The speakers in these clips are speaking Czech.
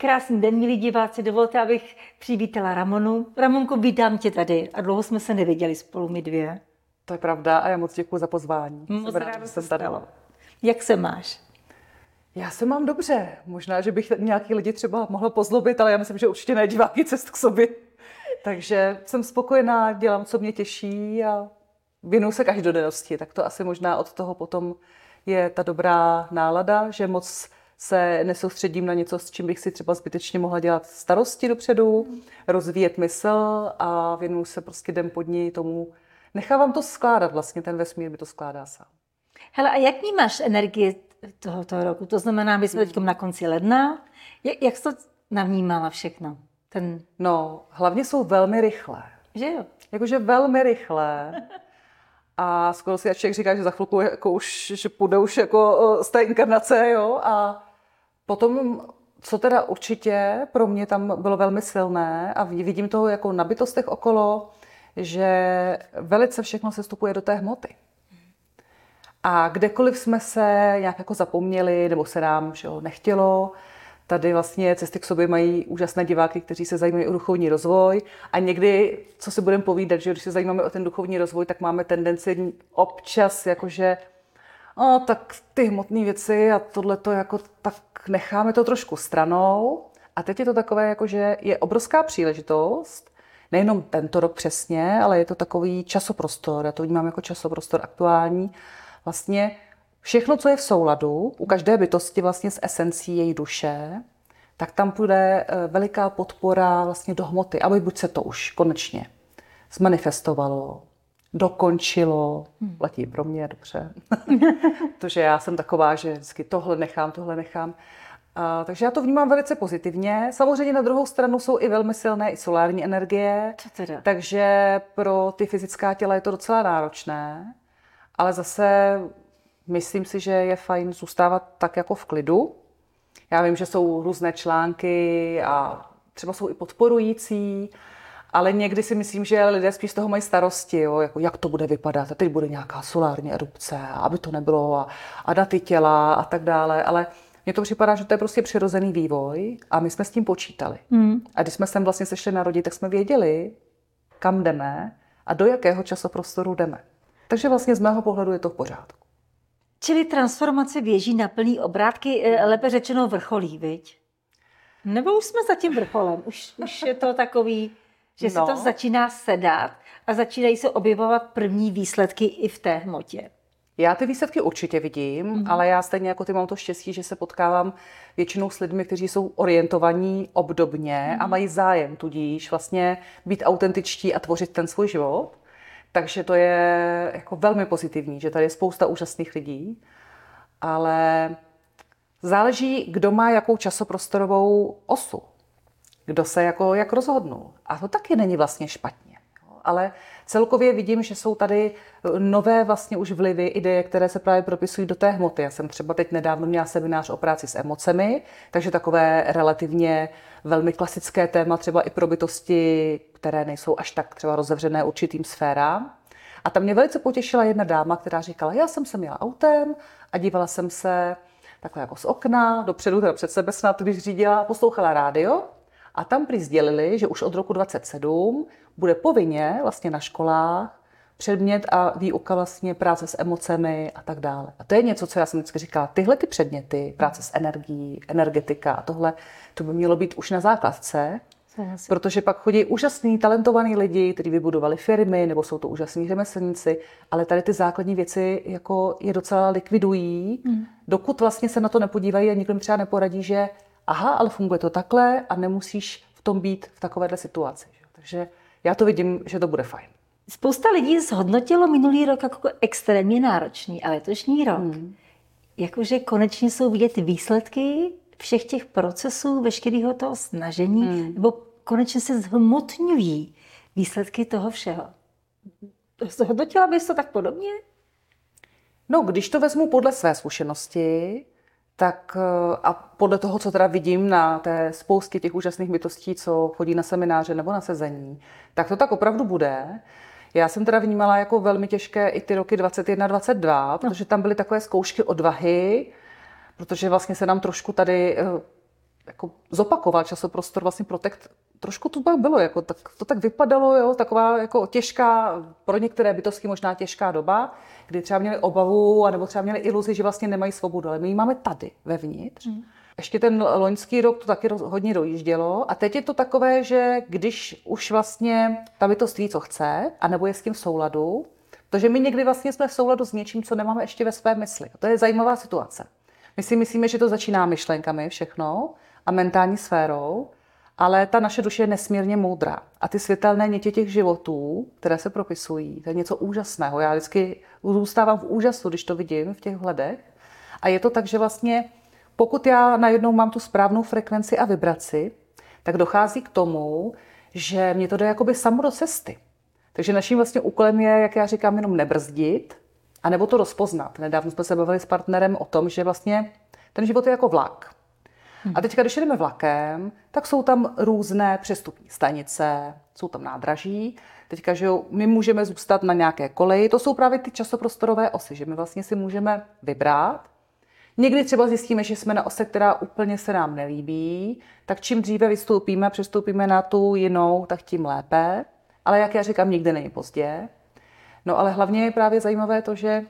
Krásný den, milí diváci, dovolte, abych přivítala Ramonu. Ramonko, vítám tě tady a dlouho jsme se neviděli spolu my dvě. To je pravda a já moc děkuji za pozvání. Moc ráda se stalo. Jak se máš? Já se mám dobře. Možná, že bych nějaký lidi třeba mohla pozlobit, ale já myslím, že určitě ne diváky cestu k sobě. Takže jsem spokojená, dělám, co mě těší a věnuju se každodennosti. Tak to asi možná od toho potom je ta dobrá nálada, že moc se nesoustředím na něco, s čím bych si třeba zbytečně mohla dělat starosti dopředu, rozvíjet mysl a věnuju se prostě den po dní tomu. Nechávám to skládat vlastně, ten vesmír mi to skládá sám. Hele, a jak vnímáš energii tohoto roku? To znamená, my jsme teď na konci ledna. Jak jsi to navnímala všechno? No, hlavně jsou velmi rychlé. Že jo? Jakože velmi rychlé. A skoro si člověk říká, že za chvilku jako už, že půjde už jako z té inkarnace, jo. A potom, co teda určitě pro mě tam bylo velmi silné a vidím toho jako na bytostech okolo, že velice všechno se vstupuje do té hmoty. A kdekoliv jsme se nějak jako zapomněli, nebo se nám nechtělo, tady vlastně Cesty k sobě mají úžasné diváky, kteří se zajímají o duchovní rozvoj. A někdy, co si budeme povídat, že když se zajímáme o ten duchovní rozvoj, tak máme tendenci občas jakože tak ty hmotné věci a tohleto jako tak necháme to trošku stranou. A teď je to takové, jakože je obrovská příležitost, nejenom tento rok přesně, ale je to takový časoprostor, já to vnímám jako časoprostor aktuální. Vlastně všechno, co je v souladu, u každé bytosti vlastně s esencí její duše, tak tam půjde veliká podpora vlastně do hmoty, aby buď se to už konečně zmanifestovalo, dokončilo, platí pro mě dobře, protože já jsem taková, že vždycky tohle nechám. Takže já to vnímám velice pozitivně. Samozřejmě na druhou stranu jsou i velmi silné i solární energie, takže pro ty fyzická těla je to docela náročné, ale zase myslím si, že je fajn zůstávat tak jako v klidu. Já vím, že jsou různé články a třeba jsou i podporující, ale někdy si myslím, že lidé spíš z toho mají starosti, jo? Jako jak to bude vypadat, a teď bude nějaká solární erupce, aby to nebylo a na ty těla a tak dále, ale mně to připadá, že to je prostě přirozený vývoj a my jsme s tím počítali. A když jsme sem vlastně sešli narodit, tak jsme věděli, kam jdeme a do jakého časoprostoru jdeme. Takže vlastně z mého pohledu je to v pořádku. Čili transformace běží na plný obrátky, lépe řečeno vrcholí, viď? Nebo už jsme za tím vrcholem? Už je to takový, že se to začíná sedat a začínají se objevovat první výsledky i v té hmotě. Já ty výsledky určitě vidím, ale já stejně jako ty mám to štěstí, že se potkávám většinou s lidmi, kteří jsou orientovaní obdobně a mají zájem tudíž vlastně být autentičtí a tvořit ten svůj život. Takže to je jako velmi pozitivní, že tady je spousta úžasných lidí, ale záleží, kdo má jakou časoprostorovou osu, kdo se jako jak rozhodnul. A to taky není vlastně špatně. Ale celkově vidím, že jsou tady nové vlastně už vlivy, ideje, které se právě propisují do té hmoty. Já jsem třeba teď nedávno měla seminář o práci s emocemi, takže takové relativně velmi klasické téma třeba i pro bytosti, které nejsou až tak třeba rozevřené určitým sférám. A tam mě velice potěšila jedna dáma, která říkala, já jsem se měla autem a dívala jsem se takhle jako z okna, dopředu, teda před sebe snad, když řídila, poslouchala rádio. A tam prý sdělili, že už od roku 2027 bude povinně vlastně na školách předmět a výuka vlastně práce s emocemi a tak dále. A to je něco, co já jsem vždycky říkala, tyhle ty předměty, práce s energií, energetika a tohle, to by mělo být už na základce, protože pak chodí úžasný, talentovaní lidi, kteří vybudovali firmy, nebo jsou to úžasní řemeslníci, ale tady ty základní věci jako je docela likvidují, dokud vlastně se na to nepodívají a nikdo mi třeba neporadí, že aha, ale funguje to takhle a nemusíš v tom být v takovéhle situaci. Takže já to vidím, že to bude fajn. Spousta lidí zhodnotilo minulý rok jako extrémně náročný a letošní rok. Jakože konečně jsou vidět výsledky všech těch procesů, veškerého toho snažení, nebo konečně se zhmotňují výsledky toho všeho. Zhodnotila bys to tak podobně? No, když to vezmu podle své zkušenosti, tak a podle toho, co teda vidím na té spoustě těch úžasných bytostí, co chodí na semináře nebo na sezení, tak to tak opravdu bude. Já jsem teda vnímala jako velmi těžké i ty roky 21, 22, protože tam byly takové zkoušky odvahy, protože vlastně se nám trošku tady jako zopakoval časoprostor vlastně Protect. Trošku to bylo, jako, to tak vypadalo, jo, taková jako těžká, pro některé bytosti možná těžká doba, kdy třeba měli obavu, anebo třeba měli iluzi, že vlastně nemají svobodu, ale my ji máme tady, vevnitř. Ještě ten loňský rok to taky hodně dojíždělo a teď je to takové, že když už vlastně ta bytost ví, co chce, anebo je s tím v souladu, protože my někdy vlastně jsme v souladu s něčím, co nemáme ještě ve své mysli. To je zajímavá situace. My si myslíme, že to začíná myšlenkami všechno a mentální sférou, ale ta naše duše je nesmírně moudrá. A ty světelné niti těch životů, které se propisují, to je něco úžasného. Já vždycky zůstávám v úžasu, když to vidím v těch vhledech. A je to tak, že vlastně pokud já najednou mám tu správnou frekvenci a vibraci, tak dochází k tomu, že mě to jde jakoby samo do cesty. Takže naším vlastně úkolem je, jak já říkám, jenom nebrzdit, anebo to rozpoznat. Nedávno jsme se bavili s partnerem o tom, že vlastně ten život je jako vlak. A teď, když jdeme vlakem, tak jsou tam různé přestupní stanice, jsou tam nádraží. Teďka, že my můžeme zůstat na nějaké koleji, to jsou právě ty časoprostorové osy, že my vlastně si můžeme vybrat. Někdy třeba zjistíme, že jsme na ose, která úplně se nám nelíbí, tak čím dříve vystoupíme, přestoupíme na tu jinou, tak tím lépe. Ale jak já říkám, nikdy není pozdě. No ale hlavně je právě zajímavé to, že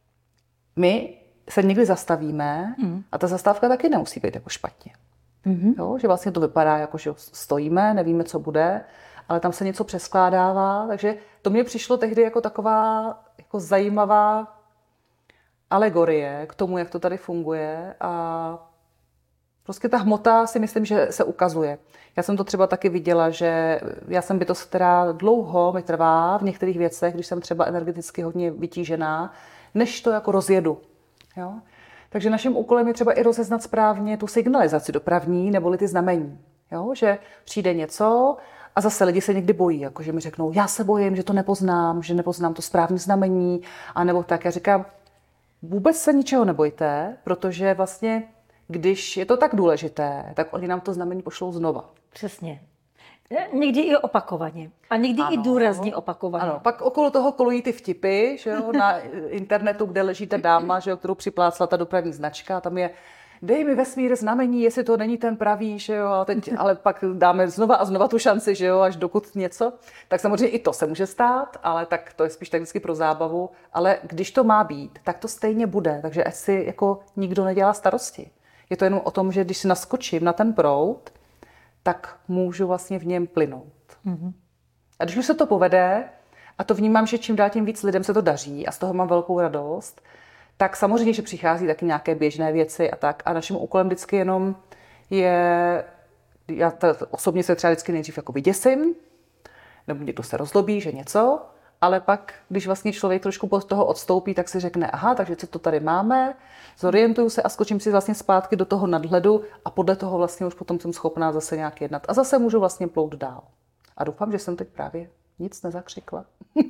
my se někdy zastavíme a ta zastávka taky nemusí být jako špatně. Jo, že vlastně to vypadá jako, že stojíme, nevíme, co bude, ale tam se něco přeskládává. Takže to mně přišlo tehdy jako taková jako zajímavá alegorie k tomu, jak to tady funguje a prostě ta hmota si myslím, že se ukazuje. Já jsem to třeba taky viděla, že já jsem bytost, která dlouho mi trvá v některých věcech, když jsem třeba energeticky hodně vytížená, než to jako rozjedu. Jo? Takže naším úkolem je třeba i rozeznat správně tu signalizaci dopravní neboli ty znamení. Jo? Že přijde něco a zase lidi se někdy bojí, jako že mi řeknou, já se bojím, že to nepoznám, že nepoznám to správné znamení, anebo tak. Já říkám, vůbec se ničeho nebojte, protože vlastně, když je to tak důležité, tak oni nám to znamení pošlou znova. Přesně. Někdy i opakovaně. A někdy i důrazně opakovaně. Ano, pak okolo toho kolují ty vtipy, že jo, na internetu, kde leží ta dáma, že jo, kterou připlácla ta dopravní značka. A tam je, dej mi vesmír znamení, jestli to není ten pravý, že jo, a teď, ale pak dáme znova a znova tu šanci, že jo, až dokud něco. Tak samozřejmě i to se může stát, ale tak to je spíš tak vždycky pro zábavu. Ale když to má být, tak to stejně bude. Takže ať si jako nikdo nedělá starosti. Je to jenom o tom, že když si naskočím na ten proud, tak můžu vlastně v něm plynout. A když už se to povede, a to vnímám, že čím dál tím víc lidem se to daří a z toho mám velkou radost, tak samozřejmě, že přichází taky nějaké běžné věci a tak. A naším úkolem vždycky jenom je, já osobně se třeba vždycky nejdřív jako vyděsím, nebo někdo se rozlobí, že něco, ale pak, když vlastně člověk trošku od toho odstoupí, tak si řekne, aha, takže co to tady máme, zorientuju se a skočím si vlastně zpátky do toho nadhledu a podle toho vlastně už potom jsem schopná zase nějak jednat. A zase můžu vlastně plout dál. A doufám, že jsem teď právě nic nezakřikla.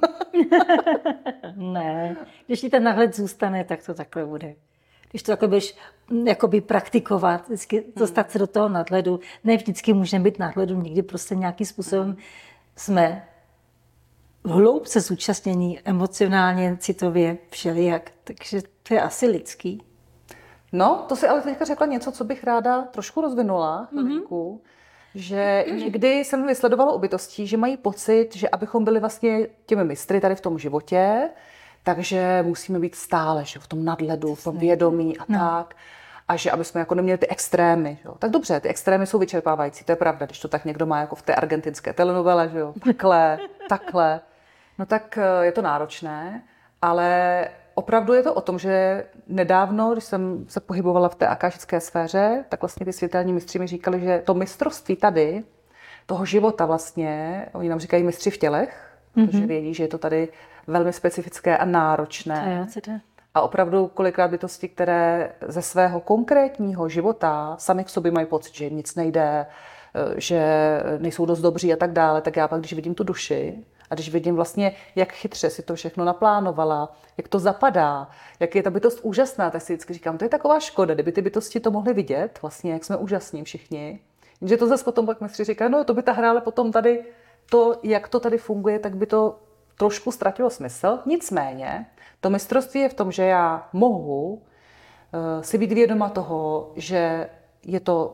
Ne, když ti ten náhled zůstane, tak to takhle bude. Když to takhle budeš jakoby praktikovat, vždycky dostat se do toho nadhledu. Ne vždycky můžeme být nadhledu, někdy prostě nějakým způsobem jsme hloubce zúčastnění emocionálně, citově, všelijak. Takže to je asi lidský. No, to si ale teďka řekla něco, co bych ráda trošku rozvinula, chvilinku, že někdy jsem vysledovala u bytostí, že mají pocit, že abychom byli vlastně těmi mistry tady v tom životě, takže musíme být stále, že v tom nadhledu, v tom vědomí a tak. A že aby jsme jako neměli ty extrémy. Jo. Tak dobře, ty extrémy jsou vyčerpávající, to je pravda, když to tak někdo má jako v té argentinské telenovele, že jo, takhle. No tak je to náročné, ale opravdu je to o tom, že nedávno, když jsem se pohybovala v té akášické sféře, tak vlastně ty světelní mistři mi říkali, že to mistrovství tady, toho života vlastně, oni nám říkají mistři v tělech, protože vědí, že je to tady velmi specifické a náročné. A opravdu kolikrát bytosti, které ze svého konkrétního života sami k sobě mají pocit, že jim nic nejde, že nejsou dost dobří a tak dále, tak já pak, když vidím tu duši a když vidím vlastně, jak chytře si to všechno naplánovala, jak to zapadá, jak je ta bytost úžasná, tak si vždycky říkám, to je taková škoda, kdyby ty bytosti to mohly vidět, vlastně, jak jsme úžasní všichni. Jenže to zase potom pak mistři říkají, no to by ta hra, ale potom tady to, jak to tady funguje, tak by to trošku ztratilo smysl. Nicméně, to mistrovství je v tom, že já mohu si být vědoma toho, že je to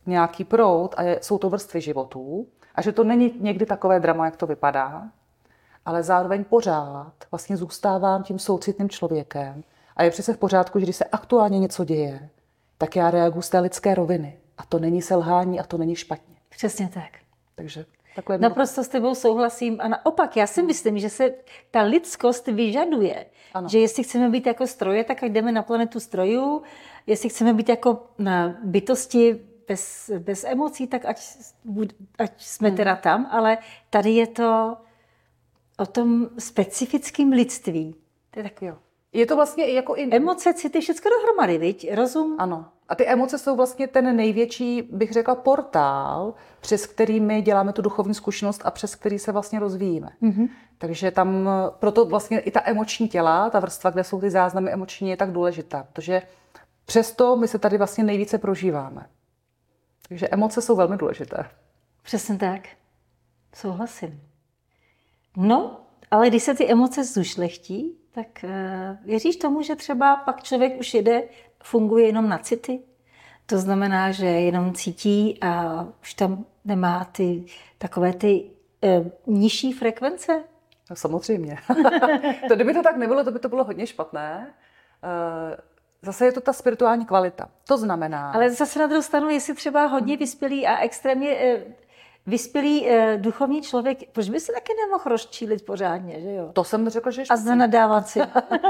nějaký proud a jsou to vrstvy životů a že to není někdy takové drama, jak to vypadá, ale zároveň pořád vlastně zůstávám tím soucitným člověkem a je přece v pořádku, že když se aktuálně něco děje, tak já reaguji z té lidské roviny. A to není selhání a to není špatně. Přesně tak. Takže takhle. Naprosto s tebou souhlasím. A naopak, já si myslím, že se ta lidskost vyžaduje. Ano. Že jestli chceme být jako stroje, tak ať jdeme na planetu strojů. Jestli chceme být jako na bytosti bez emocí, tak ať jsme teda tam. Ale tady je to o tom specifickém lidství. To je takový, jo. Je to vlastně jako emoce, city, všechno dohromady, viď? Rozum. Ano. A ty emoce jsou vlastně ten největší, bych řekla, portál, přes který my děláme tu duchovní zkušenost a přes který se vlastně rozvíjíme. Mm-hmm. Takže tam, proto vlastně i ta emoční těla, ta vrstva, kde jsou ty záznamy emoční, je tak důležitá, protože přesto my se tady vlastně nejvíce prožíváme. Takže emoce jsou velmi důležité. Přesně tak. Souhlasím. No, ale když se ty emoce zušlechtí, tak věříš tomu, že třeba pak člověk už funguje jenom na city? To znamená, že jenom cítí a už tam nemá takové ty nižší frekvence? No, samozřejmě. Kdyby to tak nebylo, to by to bylo hodně špatné. Zase je to ta spirituální kvalita. To znamená... Ale zase na druhou stranu, jestli třeba hodně vyspělý a extrémně vyspělý duchovní člověk, proč by se taky nemohl rozčílit pořádně, že jo? To jsem řekla, že je špatně. A zanadávat si.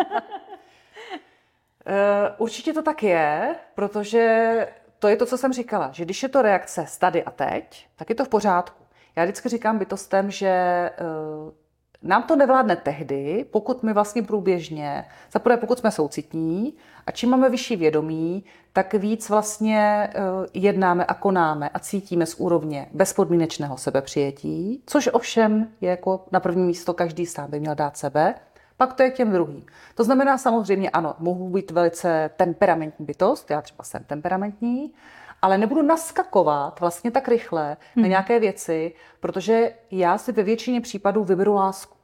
Určitě to tak je, protože to je to, co jsem říkala, že když je to reakce z tady a teď, tak je to v pořádku. Já vždycky říkám bytostem, že nám to nevládne tehdy, pokud my vlastně průběžně, zaprvé pokud jsme soucitní a čím máme vyšší vědomí, tak víc vlastně jednáme a konáme a cítíme z úrovně bezpodmínečného sebepřijetí, což ovšem je jako na první místo každý sám by měl dát sebe, pak to je k těm druhým. To znamená samozřejmě ano, mohu být velice temperamentní bytost, já třeba jsem temperamentní, ale nebudu naskakovat vlastně tak rychle na nějaké věci, protože já si ve většině případů vyberu lásku.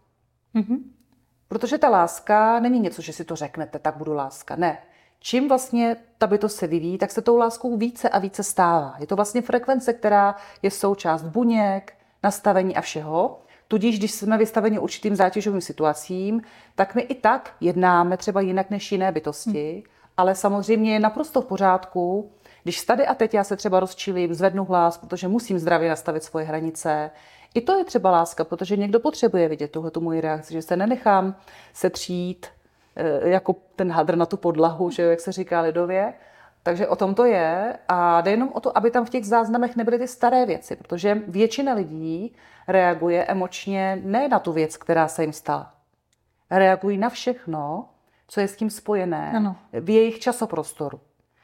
Protože ta láska není něco, že si to řeknete, tak budu láska. Ne. Čím vlastně ta bytost se vyvíjí, tak se tou láskou více a více stává. Je to vlastně frekvence, která je součást buněk, nastavení a všeho. Tudíž, když jsme vystaveni určitým zátěžovým situacím, tak my i tak jednáme třeba jinak než jiné bytosti, ale samozřejmě je naprosto v pořádku, když tady a teď já se třeba rozčilím, zvednu hlas, protože musím zdravě nastavit svoje hranice. I to je třeba láska, protože někdo potřebuje vidět tuhletu moji reakci, že se nenechám setřít jako ten hadr na tu podlahu, že jak se říká lidově. Takže o tom to je a jde jenom o to, aby tam v těch záznamech nebyly ty staré věci, protože většina lidí reaguje emočně ne na tu věc, která se jim stala. Reagují na všechno, co je s tím spojené v jejich časoprostoru.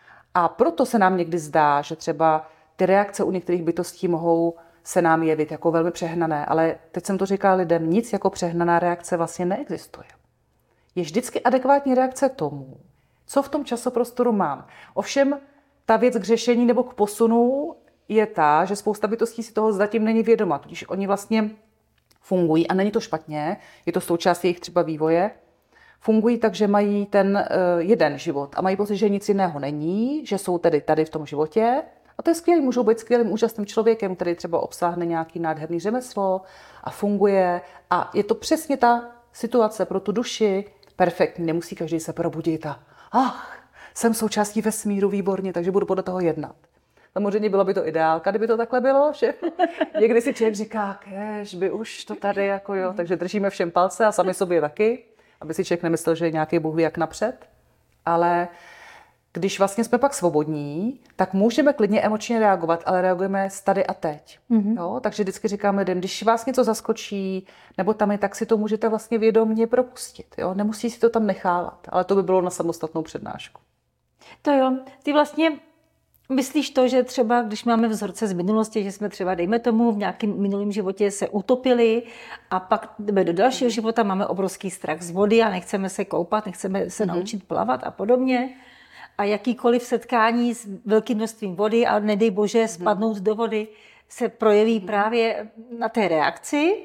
A proto se nám někdy zdá, že třeba ty reakce u některých bytostí mohou se nám jevit jako velmi přehnané, ale teď jsem to říkala lidem, nic jako přehnaná reakce vlastně neexistuje. Je vždycky adekvátní reakce tomu, co v tom časoprostoru mám. Ovšem, ta věc k řešení nebo k posunu je ta, že spousta bytostí si toho zatím není vědoma, tudíž oni vlastně fungují, a není to špatně, je to součást jejich třeba vývoje, fungují tak, že mají ten jeden život a mají pocit, že nic jiného není, že jsou tedy tady v tom životě. A to je skvělý, můžou být skvělým, úžasným člověkem, který třeba obsáhne nějaký nádherný řemeslo a funguje. A je to přesně ta situace pro tu duši perfektní, nemusí každý se probudit a jsem součástí vesmíru, výborně, takže budu podle toho jednat. Samozřejmě bylo by to ideálka, kdyby to takhle bylo, že někdy si člověk říká, kež by už to tady, jako jo, takže držíme všem palce a sami sobě taky, aby si člověk nemyslel, že je nějaký bůh ví jak napřed, ale když vlastně jsme pak svobodní, tak můžeme klidně emočně reagovat, ale reagujeme tady a teď. Jo? Takže vždycky říkám lidem, když vás něco zaskočí, nebo tam je, tak si to můžete vlastně vědomě propustit. Jo? Nemusí si to tam nechávat, ale to by bylo na samostatnou přednášku. To jo, ty vlastně myslíš to, že třeba, když máme vzorce z minulosti, že jsme třeba, dejme tomu, v nějakém minulém životě se utopili a pak jdeme do dalšího života, máme obrovský strach z vody a nechceme se koupat, nechceme se naučit plavat a podobně. A jakýkoliv setkání s velkým množstvím vody a nedej bože spadnout do vody se projeví právě na té reakci.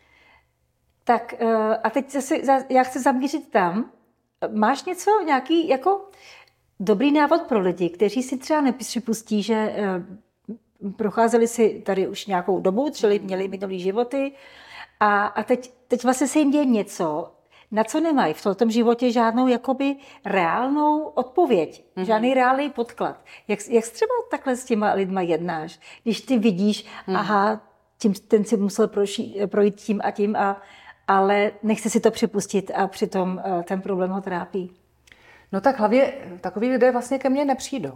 Tak a teď já chci zamířit tam. Máš nějaký jako dobrý návod pro lidi, kteří si třeba nepřipustí, že procházeli si tady už nějakou dobu, čili měli minulý životy a teď vlastně se jim děje něco, na co nemají v tom životě žádnou jakoby reálnou odpověď, žádný reálný podklad. Jak třeba takhle s těma lidma jednáš, když ty vidíš, aha, ten si musel projít tím a tím, ale nechce si to připustit a přitom ten problém ho trápí. No tak hlavně takový lidé vlastně ke mně nepřijdou.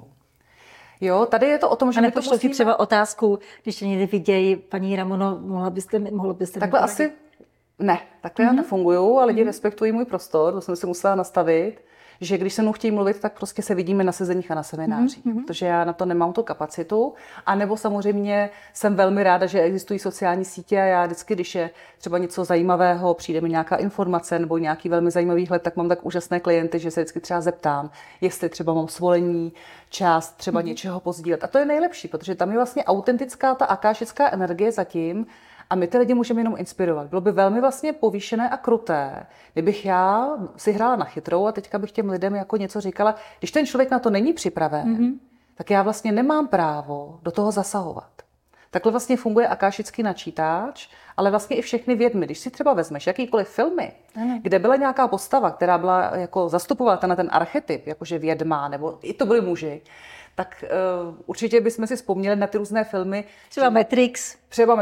Jo, tady je to o tom, že... A nepošlo ti třeba otázku, když tě někdy vidějí, paní Ramono, mohla byste takhle asi ne, takhle já nefunguju a lidi respektují můj prostor, to jsem si musela nastavit, že když se mnou chtějí mluvit, tak prostě se vidíme na sezeních a na seminářích, protože já na to nemám tu kapacitu. A nebo samozřejmě jsem velmi ráda, že existují sociální sítě a já vždycky, když je třeba něco zajímavého, přijde mi nějaká informace nebo nějaký velmi zajímavý výhled, tak mám tak úžasné klienty, že se vždycky třeba zeptám, jestli třeba mám svolení, část třeba něčeho pozdílet. A to je nejlepší, protože tam je vlastně autentická ta akášická energie zatím, a my ty lidi můžeme jenom inspirovat. Bylo by velmi vlastně povýšené a kruté, kdybych já si hrála na chytrou a teďka bych těm lidem jako něco říkala, když ten člověk na to není připraven, tak já vlastně nemám právo do toho zasahovat. Takhle vlastně funguje akášický načítač, ale vlastně i všechny vědmy. Když si třeba vezmeš jakýkoliv filmy, kde byla nějaká postava, která byla jako zastupovala ten archetyp, jakože vědma, nebo i to byli muži, tak určitě bychom si vzpomněli na ty různé filmy. Třeba Matrix.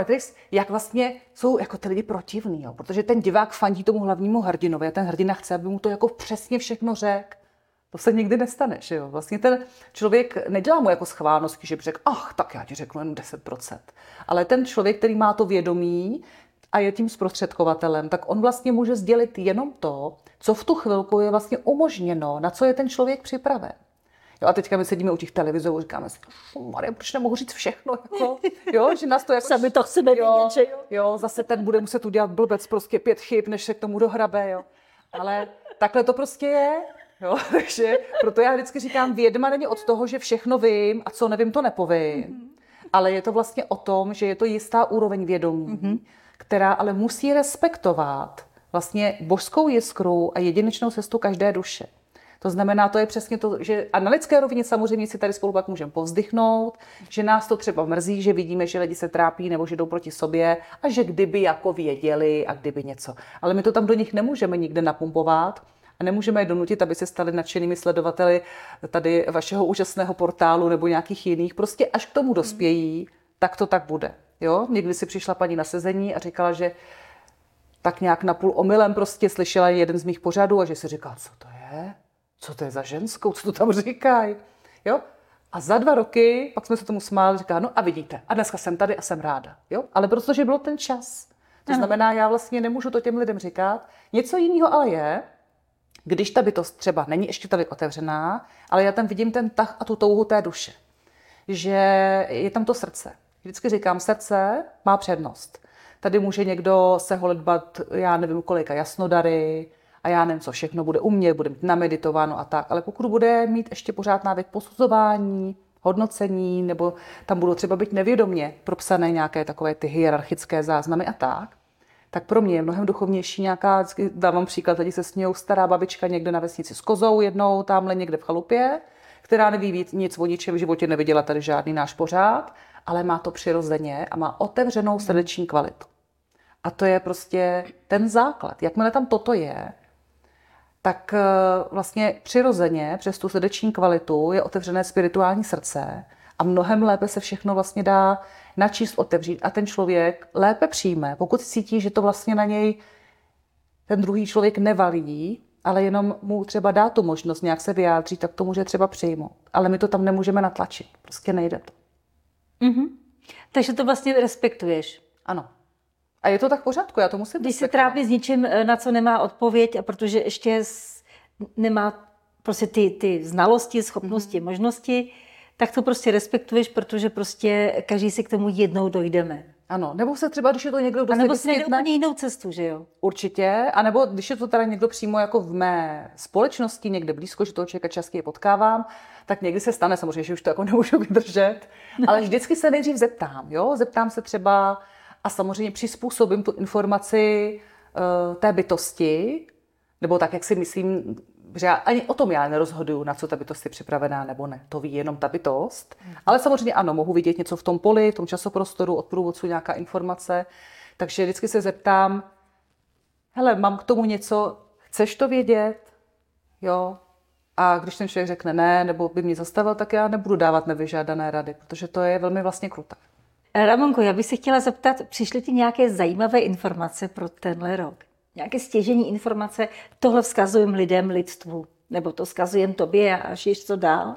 Jak vlastně jsou jako ty lidi protivný, jo? Protože ten divák fandí tomu hlavnímu hrdinovi a ten hrdina chce, aby mu to jako přesně všechno řekl. To se nikdy nestane, že jo? Vlastně ten člověk nedělá mu jako schválnosti, že by řekl, tak já ti řeknu jen 10%. Ale ten člověk, který má to vědomí a je tím zprostředkovatelem, tak on vlastně může sdělit jenom to, co v tu chvilku je vlastně umožněno, na co je ten člověk připraven. Jo, a teďka my sedíme u těch televizorů a říkáme si, Maria, proč nemohu říct všechno? Jako, jo, že nás to jako... Sami to chceme vidět, že jo? Jo, zase ten bude muset udělat blbec prostě 5 chyb, než se k tomu dohrabe, jo. Ale takhle to prostě je, jo, takže proto já vždycky říkám, vědma není od toho, že všechno vím a co nevím, to nepovím. Ale je to vlastně o tom, že je to jistá úroveň vědomí, která ale musí respektovat vlastně božskou jiskru a jedinečnou cestu každé duše. To znamená, to je přesně to, že a na lidské rovině samozřejmě si tady spolu pak můžeme povzdychnout, že nás to třeba mrzí, že vidíme, že lidi se trápí nebo že jdou proti sobě a že kdyby jako věděli a kdyby něco. Ale my to tam do nich nemůžeme nikde napumpovat a nemůžeme je donutit, aby se stali nadšenými sledovateli tady vašeho úžasného portálu nebo nějakých jiných. Prostě až k tomu dospějí, tak to tak bude. Jo? Někdy si přišla paní na sezení a říkala, že tak nějak napůl omylem prostě slyšela jeden z mých pořadů a že si říkala, co to je? Co to je za ženskou, co to tam říkají, jo? A za 2 roky, pak jsme se tomu smáli, říká, no a vidíte, a dneska jsem tady a jsem ráda, jo? Ale protože byl ten čas. To znamená, já vlastně nemůžu to těm lidem říkat. Něco jiného ale je, když ta bytost třeba není ještě tolik otevřená, ale já tam vidím ten tah a tu touhu té duše. Že je tam to srdce. Vždycky říkám, srdce má přednost. Tady může někdo se holedbat, já nevím kolika jasnodary, a já nevím, co všechno bude umět, bude mít nameditováno a tak, ale pokud bude mít ještě pořád návyk posuzování, hodnocení, nebo tam budou třeba být nevědomě propsané nějaké takové ty hierarchické záznamy a tak pro mě je mnohem duchovnější nějaká, dávám příklad, tady se smějou stará babička někde na vesnici s kozou jednou, tamhle někde v chalupě, která neví nic o ničem, v životě neviděla tady žádný náš pořád, ale má to přirozeně a má otevřenou srdeční kvalitu. A to je prostě ten základ. Jakmile tam toto je, tak vlastně přirozeně přes tu srdeční kvalitu je otevřené spirituální srdce a mnohem lépe se všechno vlastně dá načíst, otevřít a ten člověk lépe přijme, pokud cítí, že to vlastně na něj ten druhý člověk nevalí, ale jenom mu třeba dá tu možnost nějak se vyjádřit, tak to může třeba přijmout. Ale my to tam nemůžeme natlačit, prostě nejde to. Takže to vlastně respektuješ. Ano. A je to tak v pořádku, já to musím Když se trápí s ničím, na co nemá odpověď, a protože ještě nemá prostě ty znalosti, schopnosti, možnosti, tak to prostě respektuješ, protože prostě každý si k tomu jednou dojdeme. Ano, nebo se třeba, když je to někdo, kdo se nebo si najde úplně jinou cestu, že jo? Určitě, a nebo když je to teda někdo přímo jako v mé společnosti, někde blízko, že toho člověka častěji potkávám, tak někdy se stane, samozřejmě, že už to jako nemůžu vydržet, ale vždycky se nejdřív zeptám, jo? Zeptám se třeba a samozřejmě přizpůsobím tu informaci té bytosti, nebo tak, jak si myslím, že ani o tom já nerozhoduju, na co ta bytost je připravená nebo ne. To ví jenom ta bytost. Ale samozřejmě ano, mohu vidět něco v tom poli, v tom časoprostoru, od průvodců nějaká informace. Takže vždycky se zeptám, hele, mám k tomu něco, chceš to vědět? Jo. A když ten člověk řekne ne, nebo by mě zastavil, tak já nebudu dávat nevyžádané rady, protože to je velmi vlastně kruté. Ramonko, já bych se chtěla zeptat, přišly ti nějaké zajímavé informace pro tenhle rok? Nějaké stěžení informace, tohle vzkazujem lidem, lidstvu, nebo to vzkazujem tobě a šíš co dál?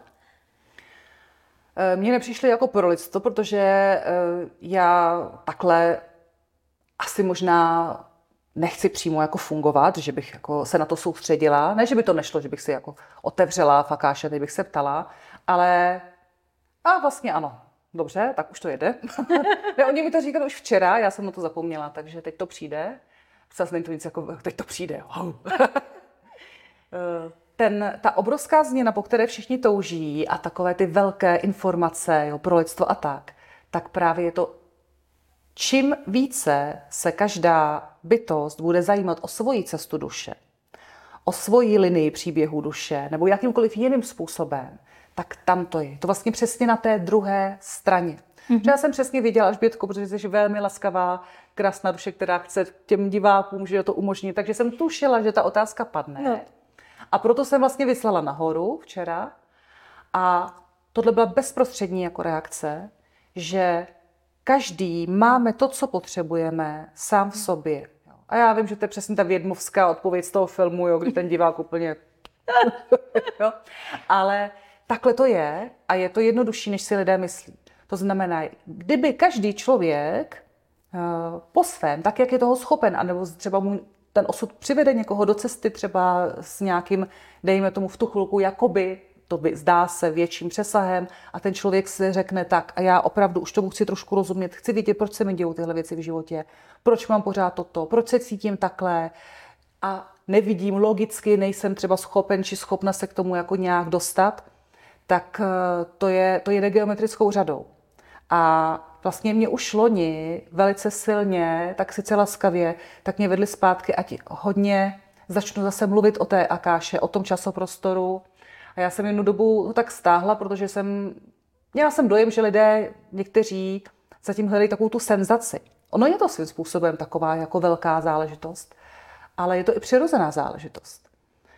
Mně nepřišly jako pro lidstvo, protože já takhle asi možná nechci přímo jako fungovat, že bych jako se na to soustředila. Ne, že by to nešlo, že bych si jako otevřela fakáše, teď bych se ptala, ale a vlastně ano. Dobře, tak už to jede. Oni mi to říkali už včera, já jsem na to zapomněla, takže teď to přijde. Zase není to nic jako, teď to přijde. Wow. Ta obrovská změna, po které všichni touží a takové ty velké informace jo, pro lidstvo a tak právě je to, čím více se každá bytost bude zajímat o svoji cestu duše, o svoji linii příběhu duše nebo jakýmkoliv jiným způsobem, tak tam to je. To vlastně přesně na té druhé straně. Mm-hmm. Já jsem přesně viděla Alžbětku, protože jsi velmi laskavá, krásná duše, která chce těm divákům, že to umožní. Takže jsem tušila, že ta otázka padne. No. A proto jsem vlastně vyslala nahoru včera. A tohle byla bezprostřední jako reakce, že každý máme to, co potřebujeme sám v sobě. A já vím, že to je přesně ta vědmovská odpověď z toho filmu, jo, kdy ten divák úplně... jo. Ale takhle to je a je to jednodušší, než si lidé myslí. To znamená, kdyby každý člověk po svém, tak jak je toho schopen, anebo třeba mu ten osud přivede někoho do cesty třeba s nějakým, dejme tomu v tu chvilku, jakoby, to by zdá se větším přesahem a ten člověk si řekne tak a já opravdu už tomu chci trošku rozumět, chci vidět, proč se mi dějou tyhle věci v životě, proč mám pořád toto, proč se cítím takhle a nevidím logicky, nejsem třeba schopen či schopna se k tomu jako nějak dostat, tak to jede geometrickou řadou. A vlastně mě už loni velice silně, tak sice laskavě, tak mě vedli zpátky, ať hodně začnu zase mluvit o té akáše, o tom časoprostoru. A já jsem jednu dobu tak stáhla, protože měla jsem dojem, že lidé, někteří zatím hledají takovou tu senzaci. Ono je to svým způsobem taková jako velká záležitost, ale je to i přirozená záležitost.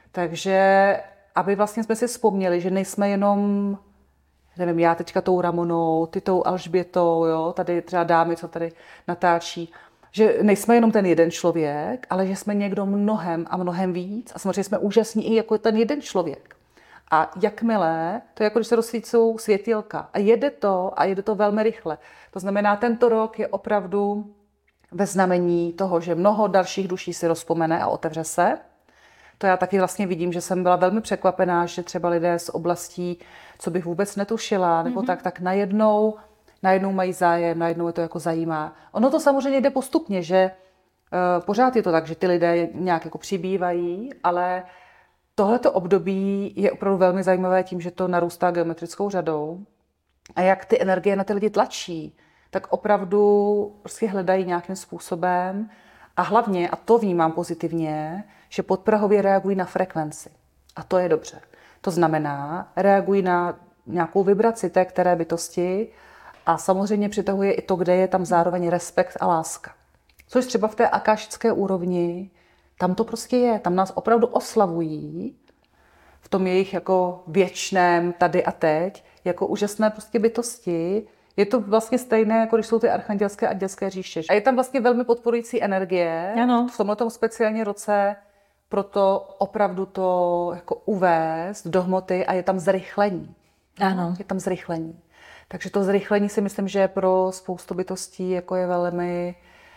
Takže aby vlastně jsme si vzpomněli, že nejsme jenom, nevím, já teďka tou Ramonou, ty tou Alžbětou, jo, tady třeba dámy, co tady natáčí, že nejsme jenom ten jeden člověk, ale že jsme někdo mnohem a mnohem víc a samozřejmě jsme úžasní i jako ten jeden člověk. A jakmile, to je jako když se rozsvícou světýlka a jede to velmi rychle. To znamená, tento rok je opravdu ve znamení toho, že mnoho dalších duší si rozpomene a otevře se. To já taky vlastně vidím, že jsem byla velmi překvapená, že třeba lidé z oblastí, co bych vůbec netušila, nebo tak najednou mají zájem, najednou je to jako zajímá. Ono to samozřejmě jde postupně, že pořád je to tak, že ty lidé nějak jako přibývají, ale tohleto období je opravdu velmi zajímavé tím, že to narůstá geometrickou řadou a jak ty energie na ty lidi tlačí, tak opravdu prostě hledají nějakým způsobem a hlavně, a to vnímám pozitivně, že podprahově reagují na frekvenci. A to je dobře. To znamená, reagují na nějakou vibraci té které bytosti a samozřejmě přitahuje i to, kde je tam zároveň respekt a láska. Což třeba v té akášické úrovni, tam to prostě je. Tam nás opravdu oslavují v tom jejich jako věčném tady a teď, jako úžasné prostě bytosti. Je to vlastně stejné, jako když jsou ty archandělské a dělské říše. A je tam vlastně velmi podporující energie. Ano. V tomto speciálně roce proto opravdu to jako uvést do hmoty a je tam zrychlení. Ano. Je tam zrychlení. Takže to zrychlení si myslím, že pro spoustu bytostí jako je velmi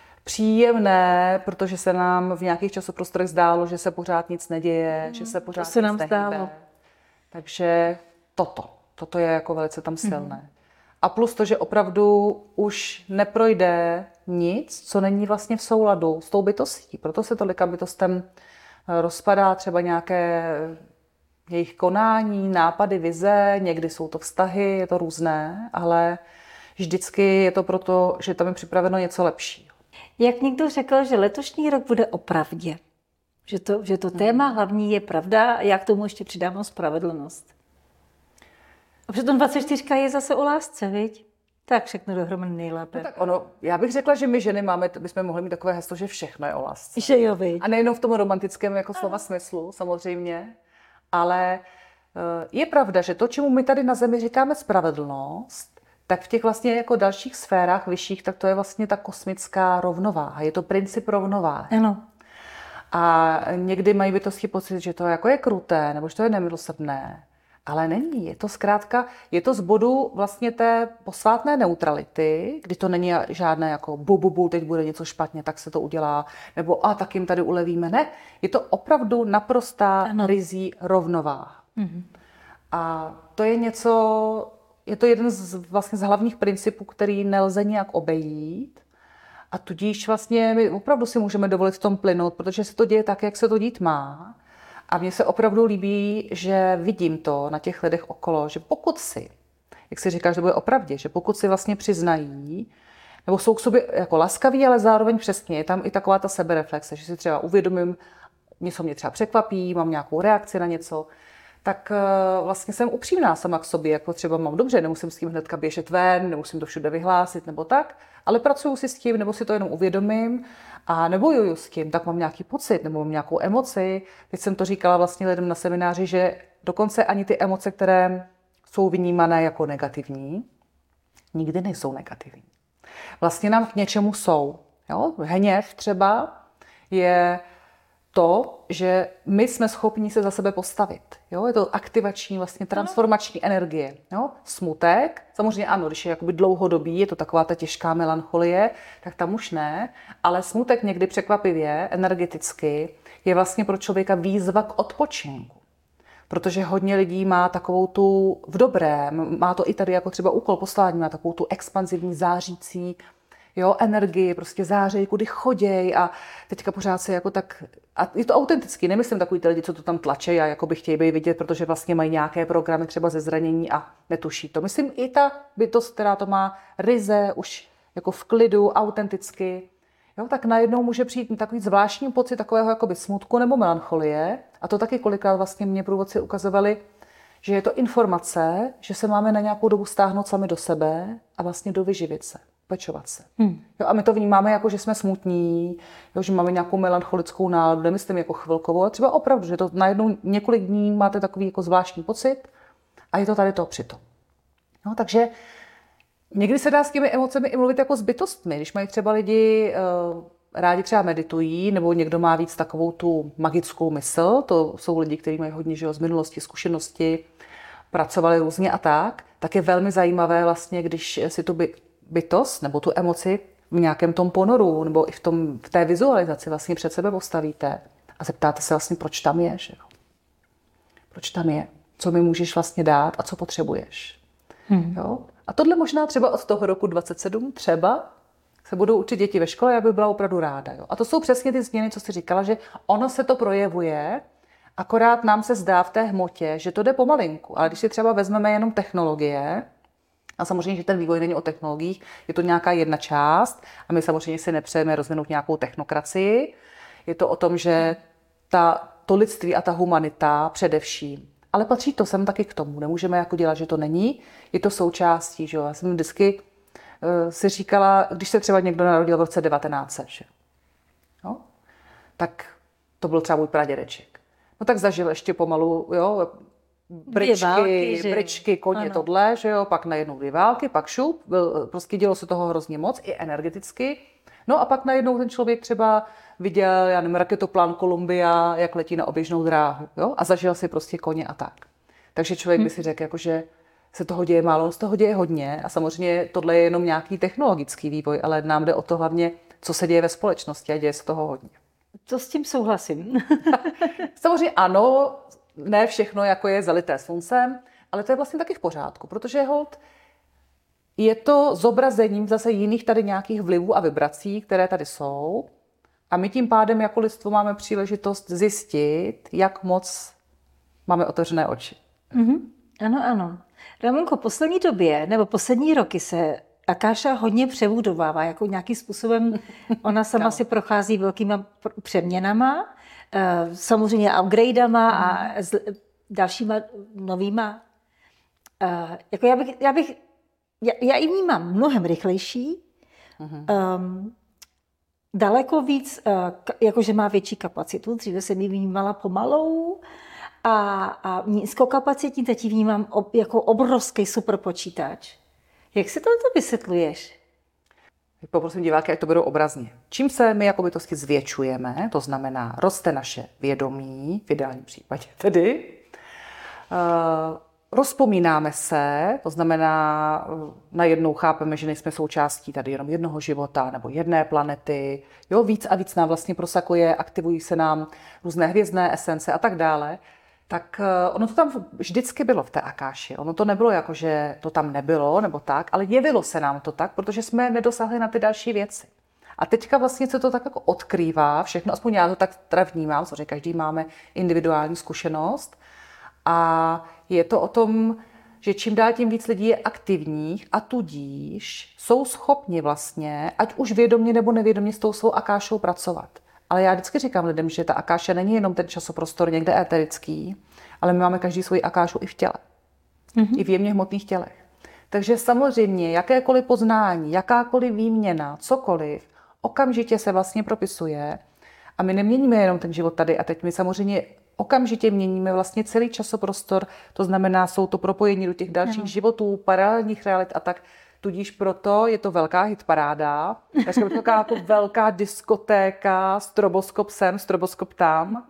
příjemné, protože se nám v nějakých časoprostorech zdálo, že se pořád nic neděje, že se pořád se nám nic nehýbe. zdálo. Takže toto je jako velice tam silné. A plus to, že opravdu už neprojde nic, co není vlastně v souladu s tou bytostí. Proto se tolika bytostem rozpadá třeba nějaké jejich konání, nápady, vize, někdy jsou to vztahy, je to různé, ale vždycky je to proto, že tam je připraveno něco lepšího. Jak někdo řekl, že letošní rok bude o pravdě. Že to téma hlavní je pravda a já k tomu ještě přidávám spravedlnost. A přitom 24 je zase o lásce, viď? Tak všechno dohromady nejlépe. No tak já bych řekla, že my ženy bychom mohli mít takové heslo, že všechno je o lásce. Že jo, viď? A nejenom v tom romantickém jako slova smyslu, samozřejmě, ale je pravda, že to, čemu my tady na zemi říkáme spravedlnost, tak v těch vlastně jako dalších sférách vyšších, tak to je vlastně ta kosmická rovnováha. Je to princip rovnováhy. Ano. A někdy mají bytosti pocit, že to jako je kruté, nebo že to je nemilosrdné. Ale není. Je to zkrátka, je to z bodu vlastně té posvátné neutrality, kdy to není žádné jako bu, teď bude něco špatně, tak se to udělá, nebo tak jim tady ulevíme. Ne, je to opravdu naprostá rizí rovnováha. Mm-hmm. A to je něco, je to jeden vlastně z hlavních principů, který nelze nějak obejít. A tudíž vlastně my opravdu si můžeme dovolit v tom plynout, protože se to děje tak, jak se to dít má. A mně se opravdu líbí, že vidím to na těch lidech okolo, že pokud si, jak si říkáš, to bude opravdě, že pokud si vlastně přiznají, nebo jsou k sobě jako laskaví, ale zároveň přesně, je tam i taková ta sebereflexe, že si třeba uvědomím, něco mě třeba překvapí, mám nějakou reakci na něco, tak vlastně jsem upřímná sama k sobě, jako třeba mám dobře, nemusím s tím hnedka běžet ven, nemusím to všude vyhlásit nebo tak, ale pracuju si s tím, nebo si to jenom uvědomím a nebojuju s tím, tak mám nějaký pocit nebo mám nějakou emoci. Teď jsem to říkala vlastně lidem na semináři, že dokonce ani ty emoce, které jsou vnímané jako negativní, nikdy nejsou negativní. Vlastně nám k něčemu jsou. Jo? Hněv třeba je to, že my jsme schopni se za sebe postavit. Jo? Je to aktivační, vlastně transformační energie. Jo? Smutek, samozřejmě ano, když je jakoby dlouhodobý, je to taková ta těžká melancholie, tak tam už ne, ale smutek někdy překvapivě, energeticky, je vlastně pro člověka výzva k odpočinku. Protože hodně lidí má takovou tu, v dobrém, má to i tady jako třeba úkol poslání, má takovou tu expanzivní, zářící, energii, prostě zářejí, kudy choděj a teďka pořád se jako tak, a je to autentický, nemyslím takový ty lidi, co to tam tlačí a jako by chtějí být vidět, protože vlastně mají nějaké programy třeba ze zranění a netuší to. Myslím i ta bytost, která to má ryze, už jako v klidu, autenticky, tak najednou může přijít takový zvláštní pocit takového jakoby smutku nebo melancholie a to taky kolikrát vlastně mě průvodci ukazovali, že je to informace, že se máme na nějakou dobu stáhnout sami do sebe a vlastně dovyživit se. Pečovat se. A my to vnímáme jako, že jsme smutní, že máme nějakou melancholickou náladu, nemyslím jako chvilkovou, ale třeba opravdu, že to najednou několik dní máte takový jako zvláštní pocit a je to tady to přitom. Takže někdy se dá s těmi emocemi i mluvit jako s bytostmi, když mají třeba lidi rádi třeba meditují, nebo někdo má víc takovou tu magickou mysl, to jsou lidi, kteří mají hodně z minulosti, zkušenosti, pracovali různě a tak je velmi zajímavé vlastně, když si tu bytost nebo tu emoci v nějakém tom ponoru nebo i v té vizualizaci vlastně před sebe postavíte a zeptáte se vlastně, proč tam je. Že? Proč tam je? Co mi můžeš vlastně dát a co potřebuješ? Jo? A tohle možná třeba od toho roku 27 třeba se budou učit děti ve škole, já bych byla opravdu ráda. Jo? A to jsou přesně ty změny, co jsi říkala, že ono se to projevuje, akorát nám se zdá v té hmotě, že to jde pomalinku. Ale když si třeba vezmeme jenom technologie, a samozřejmě, že ten vývoj není o technologiích, je to nějaká jedna část a my samozřejmě si nepřejeme rozvinout nějakou technokracii. Je to o tom, že to lidství a ta humanita především. Ale patří to sem taky k tomu. Nemůžeme jako dělat, že to není. Je to součástí. Že jo? Já jsem vždycky si říkala, když se třeba někdo narodil v roce 1900, že? No? Tak to byl třeba můj pradědeček. No tak zažil ještě pomalu, Bričky, koně, ano. Tohle, že jo, pak najednou 2 války, pak šup, prostě dělo se toho hrozně moc, i energeticky. No a pak najednou ten člověk třeba viděl, já nevím, raketoplán Columbia, jak letí na oběžnou dráhu, jo, a zažil si prostě koně a tak. Takže člověk by si řekl, jako, že se toho děje málo, z toho děje hodně a samozřejmě tohle je jenom nějaký technologický vývoj, ale nám jde o to hlavně, co se děje ve společnosti a děje se toho hodně. To s tím souhlasím. Samozřejmě ano, ne všechno jako je zalité sluncem, ale to je vlastně taky v pořádku, protože holt je to zobrazením zase jiných tady nějakých vlivů a vibrací, které tady jsou. A my tím pádem jako lidstvo máme příležitost zjistit, jak moc máme otevřené oči. Ano. Ramonko, poslední době nebo poslední roky se Akáša hodně přebudovává, jako nějakým způsobem ona sama si prochází velkýma přeměnama, samozřejmě upgradama a dalšíma novýma. Jako já ji vnímám mnohem rychlejší, daleko víc, jakože má větší kapacitu. Dříve jsem ji vnímala pomalou a nízkokapacitní, teď ji vnímám jako obrovský superpočítač. Jak si to vysvětluješ? Poprosím diváky, ať to berou obrazně. Čím se my jako bytosti zvětšujeme, to znamená, roste naše vědomí, v ideálním případě tedy, rozpomínáme se, to znamená, najednou chápeme, že nejsme součástí tady jenom jednoho života nebo jedné planety. Jo, víc a víc nám vlastně prosakuje, aktivují se nám různé hvězdné esence a tak dále. Tak ono to tam vždycky bylo v té Akáši. Ono to nebylo jako, že to tam nebylo nebo tak, ale jevilo se nám to tak, protože jsme nedosáhli na ty další věci. A teďka vlastně se to tak jako odkrývá všechno, aspoň já to tak teda vnímám, protože každý máme individuální zkušenost. A je to o tom, že čím dál tím víc lidí je aktivních a tudíž jsou schopni vlastně, ať už vědomě nebo nevědomě s tou svou Akášou pracovat. Ale já vždycky říkám lidem, že ta Akáša není jenom ten časoprostor někde éterický, ale my máme každý svoji Akášu i v těle. I v jemně hmotných tělech. Takže samozřejmě jakékoliv poznání, jakákoliv výměna, cokoliv, okamžitě se vlastně propisuje a my neměníme jenom ten život tady a teď my samozřejmě okamžitě měníme vlastně celý časoprostor, to znamená, jsou to propojení do těch dalších životů, paralelních realit a tak. Tudíž proto je to velká hitparáda, takže je to taková jako velká diskotéka, stroboskop sem, stroboskop tam.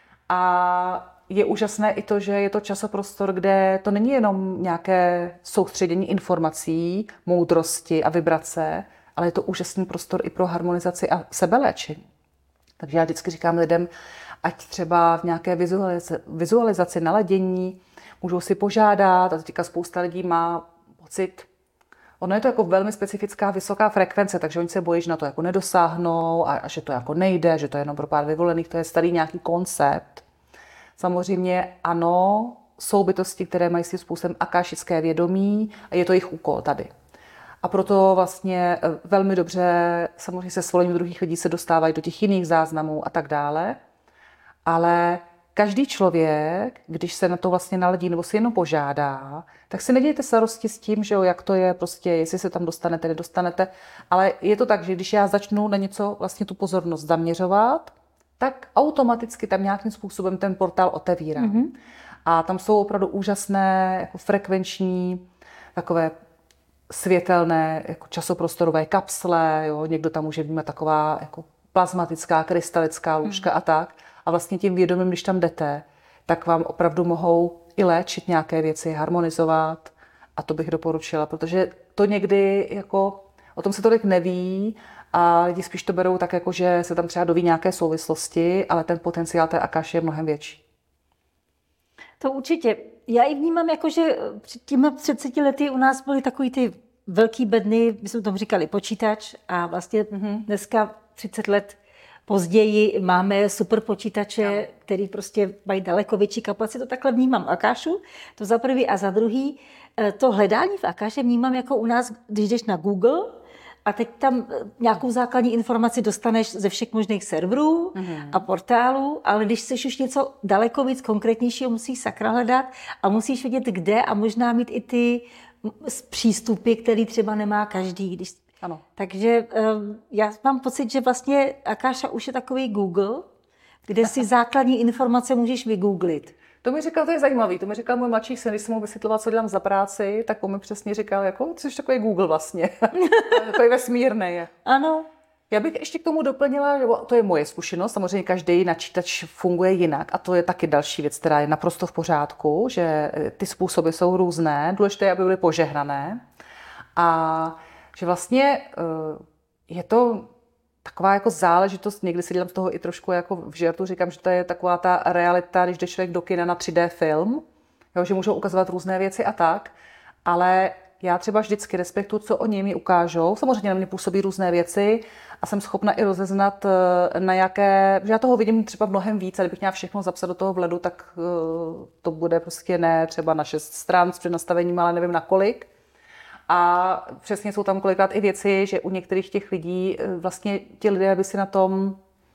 A je úžasné i to, že je to časoprostor, kde to není jenom nějaké soustředění informací, moudrosti a vibrace, ale je to úžasný prostor i pro harmonizaci a sebeléčení. Takže já vždycky říkám lidem, ať třeba v nějaké vizualizaci, naladění, můžou si požádat, a teďka spousta lidí má pocit, ono je to jako velmi specifická vysoká frekvence, takže oni se bojí, že na to jako nedosáhnou a že to jako nejde, že to je jenom pro pár vyvolených, to je starý nějaký koncept. Samozřejmě ano, jsou bytosti, které mají svým způsobem akášické vědomí a je to jejich úkol tady. A proto vlastně velmi dobře samozřejmě se svolením druhých lidí se dostávají do těch jiných záznamů a tak dále. Ale každý člověk, když se na to vlastně naladí nebo si jenom požádá, tak si nedějte starosti s tím, že jo, jak to je, prostě, jestli se tam dostanete, nedostanete. Ale je to tak, že když já začnu na něco vlastně tu pozornost zaměřovat, tak automaticky tam nějakým způsobem ten portál otevírám. A tam jsou opravdu úžasné jako frekvenční, takové světelné jako časoprostorové kapsle, jo? Někdo tam může vnímat taková jako plazmatická, krystalická lůžka a tak. A vlastně tím vědomím, když tam jdete, tak vám opravdu mohou i léčit nějaké věci, harmonizovat. A to bych doporučila, protože to někdy jako o tom se tolik neví a lidi spíš to berou tak, jako že se tam třeba doví nějaké souvislosti, ale ten potenciál té Akáši je mnohem větší. To určitě. Já i vnímám, jako, že před těmi 30 lety u nás byly takový ty velký bedny, my jsme tomu říkali počítač a vlastně dneska 30 let později máme super počítače, který prostě mají daleko větší kapacitu. Takhle vnímám Akášu, to za prvý a za druhý. To hledání v Akáše vnímám jako u nás, když jdeš na Google a teď tam nějakou základní informaci dostaneš ze všech možných serverů a portálů, ale když chceš už něco daleko víc konkrétnějšího, musíš sakra hledat a musíš vědět, kde a možná mít i ty přístupy, který třeba nemá každý. Ano. Takže já mám pocit, že vlastně Akáša už je takový Google, kde si základní informace můžeš vygooglit. To mi říkal, to je zajímavý, to mi říkal můj mladší syn, když jsem mu vysvětloval, co dělám za práci, tak on mi přesně říkal, jako, ty jsi takový Google vlastně, takový vesmírný. Ano. Já bych ještě k tomu doplnila, že to je moje zkušenost, samozřejmě každý načítač funguje jinak a to je taky další věc, která je naprosto v pořádku, že ty způsoby jsou různé, důležité je, aby byly požehnané a že vlastně je to taková jako záležitost, někdy si dělám z toho i trošku jako v žertu, říkám, že to je taková ta realita, když jde člověk do kina na 3D film, jo, že můžou ukazovat různé věci a tak, ale já třeba vždycky respektuju, co oni mi ukážou. Samozřejmě na mě působí různé věci a jsem schopna i rozeznat, na jaké, že já toho vidím třeba mnohem víc, a kdybych měla všechno zapsat do toho vhledu, tak to bude prostě ne třeba na 6 stran s přednastavením, ale nevím na kolik. A přesně jsou tam kolikrát i věci, že u některých těch lidí vlastně ti lidé by si na tom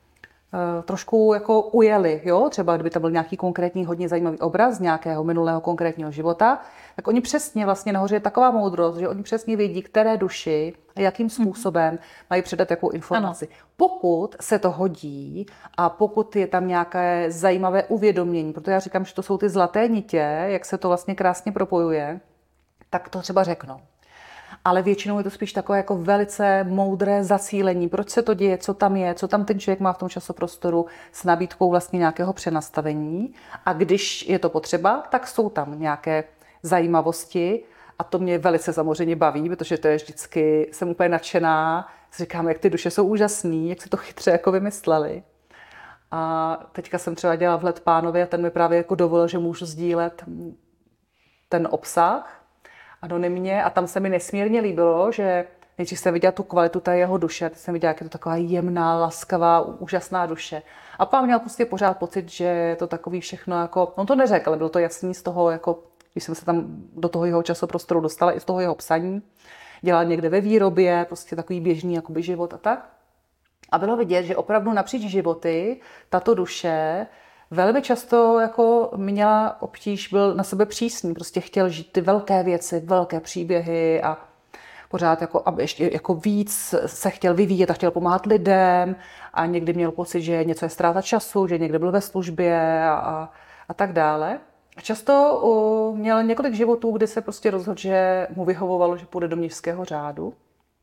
trošku jako ujeli, jo? Třeba kdyby tam byl nějaký konkrétní hodně zajímavý obraz z nějakého minulého konkrétního života, tak oni přesně vlastně nahoře je taková moudrost, že oni přesně vědí, které duši a jakým způsobem mají předat jakou informaci. Ano. Pokud se to hodí a pokud je tam nějaké zajímavé uvědomění, protože já říkám, že to jsou ty zlaté nitě, jak se to vlastně krásně propojuje, tak to třeba řeknou. Ale většinou je to spíš takové jako velice moudré zacílení. Proč se to děje, co tam je, co tam ten člověk má v tom časoprostoru s nabídkou vlastně nějakého přenastavení. A když je to potřeba, tak jsou tam nějaké zajímavosti a to mě velice samozřejmě baví, protože to je vždycky, jsem úplně nadšená, říkám, jak ty duše jsou úžasný, jak si to chytře jako vymysleli. A teďka jsem třeba dělala vhled pánovi a ten mi právě jako dovolil, že můžu sdílet ten obsah anonymně a tam se mi nesmírně líbilo, že nejdřív jsem viděla tu kvalitu té jeho duše, teď jsem viděla, jak je to taková jemná, laskavá, úžasná duše. A pán měl prostě pořád pocit, že je to takový všechno jako, on to neřekl, ale bylo to jasný z toho, jako, když jsem se tam do toho jeho časoprostoru dostala, i z toho jeho psaní, dělal někde ve výrobě, prostě takový běžný jakoby život a tak. A bylo vidět, že opravdu napříč životy tato duše velmi často jako měla obtíž, byl na sebe přísný, prostě chtěl žít ty velké věci, velké příběhy a pořád jako, aby ještě jako víc se chtěl vyvíjet a chtěl pomáhat lidem a někdy měl pocit, že něco je ztráta času, že někde byl ve službě a tak dále. A často měl několik životů, kdy se prostě rozhodl, že mu vyhovovalo, že půjde do mnišského řádu,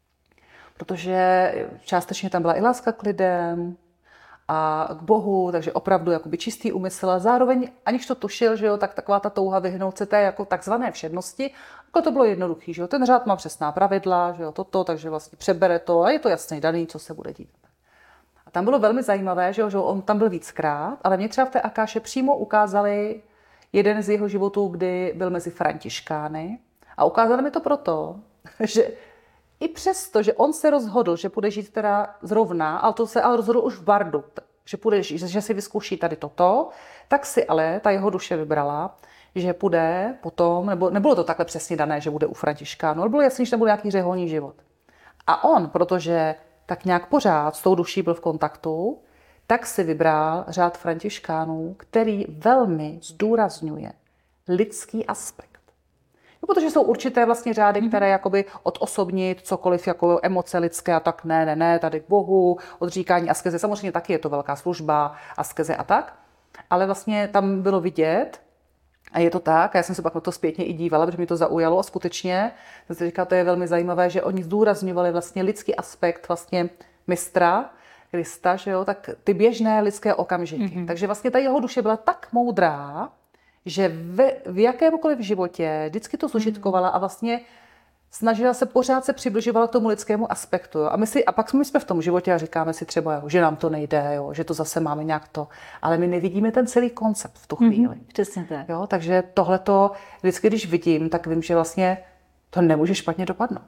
protože částečně tam byla i láska k lidem, a k Bohu, takže opravdu jakoby čistý úmysl, a zároveň, aniž to tušil, že jo, tak taková ta touha vyhnout se té jako takzvané všednosti, jako to bylo jednoduchý, že jo, ten řád má přesná pravidla, že jo, toto, takže vlastně přebere to a je to jasně daný, co se bude dít. A tam bylo velmi zajímavé, že jo, že on tam byl víckrát, ale mě třeba v té Akáše přímo ukázali jeden z jeho životů, kdy byl mezi františkány a ukázali mi to proto, že i přesto, že on se rozhodl, že půjde žít teda zrovna, ale to se ale rozhodl už v Bardu, že půjde, že si vyzkouší tady toto, tak si ale ta jeho duše vybrala, že půjde potom, nebo nebylo to takhle přesně dané, že bude u františkánů, ale bylo jasný, že tam bude nějaký řeholní život. A on, protože tak nějak pořád s tou duší byl v kontaktu, tak si vybral řád františkánů, který velmi zdůrazňuje lidský aspekt. No, protože jsou určité vlastně řády, které jakoby odosobnit cokoliv jako emoce lidské a tak ne, tady k Bohu, odříkání askeze. Samozřejmě taky je to velká služba, askeze a tak. Ale vlastně tam bylo vidět, a je to tak, a já jsem se pak na to zpětně i dívala, protože mi to zaujalo a skutečně, jsem si říkala, to je velmi zajímavé, že oni zdůrazňovali vlastně lidský aspekt vlastně mistra, Krista, že jo, tak ty běžné lidské okamžiky. Takže vlastně ta jeho duše byla tak moudrá, že v jakémkoliv životě vždycky to zužitkovala a vlastně snažila se pořád se přibližovala k tomu lidskému aspektu. Jo. A pak jsme v tom životě a říkáme si třeba, jo, že nám to nejde, jo, že to zase máme nějak to. Ale my nevidíme ten celý koncept v tu chvíli. Přesně tak. Jo, takže tohleto vždycky, když vidím, tak vím, že vlastně to nemůže špatně dopadnout.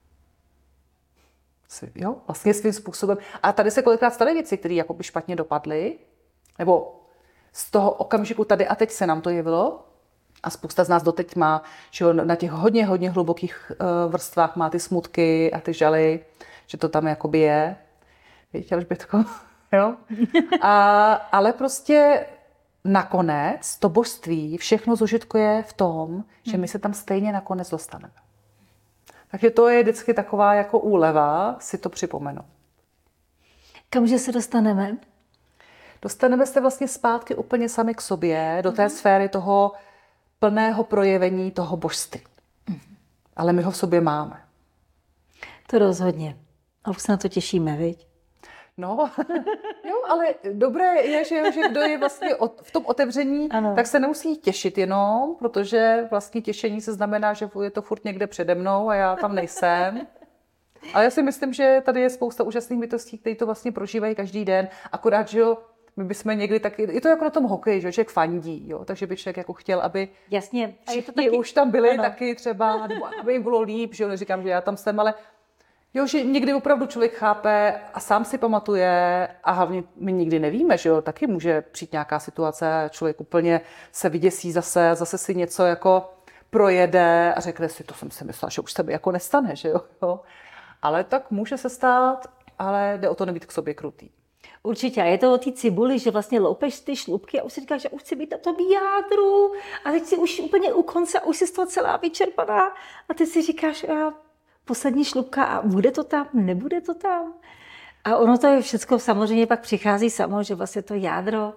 Jo, vlastně svým způsobem. A tady se kolikrát staly věci, které jako by špatně dopadly, nebo z toho okamžiku tady a teď se nám to jevilo a spousta z nás doteď má, že na těch hodně hlubokých vrstvách má ty smutky a ty žaly, že to tam jakoby je. Víte, Alžbětko? Jo? Ale prostě nakonec to božství všechno zužitkuje v tom, že my se tam stejně nakonec dostaneme. Takže to je vždycky taková jako úleva si to připomenout. Kamže se dostaneme? Dostaneme se vlastně zpátky úplně sami k sobě, do té sféry toho plného projevení toho božství. Ale my ho v sobě máme. To rozhodně. A už se na to těšíme, viď? No, jo, ale dobré je, že kdo je vlastně v tom otevření, ano, tak se nemusí těšit jenom, protože vlastně těšení se znamená, že je to furt někde přede mnou a já tam nejsem. Ale já si myslím, že tady je spousta úžasných bytostí, které to vlastně prožívají každý den, akorát, že jo, my bychom někdy taky, je to jako na tom hokeji, že člověk fandí, jo, takže by člověk jako chtěl, aby jasně, a je to taky, už tam byli ano, taky třeba, nebo aby jim bylo líp, že jo, neříkám, že já tam jsem, ale jo, že někdy opravdu člověk chápe a sám si pamatuje a hlavně my nikdy nevíme, že jo, taky může přijít nějaká situace, člověk úplně se vyděsí zase si něco jako projede a řekne si, to jsem si myslela, že už se mi jako nestane, že jo. Ale tak může se stát, ale jde o to nebýt k sobě krutý. Určitě. A je to o té cibuli, že vlastně loupeš ty šlupky a už si říkáš, že už chci být na tom jádru a teď si už úplně u konce a už jsi z toho celá vyčerpaná a ty si říkáš, a poslední šlupka a bude to tam, nebude to tam. A ono to je všechno samozřejmě pak přichází samo, že vlastně to jádro,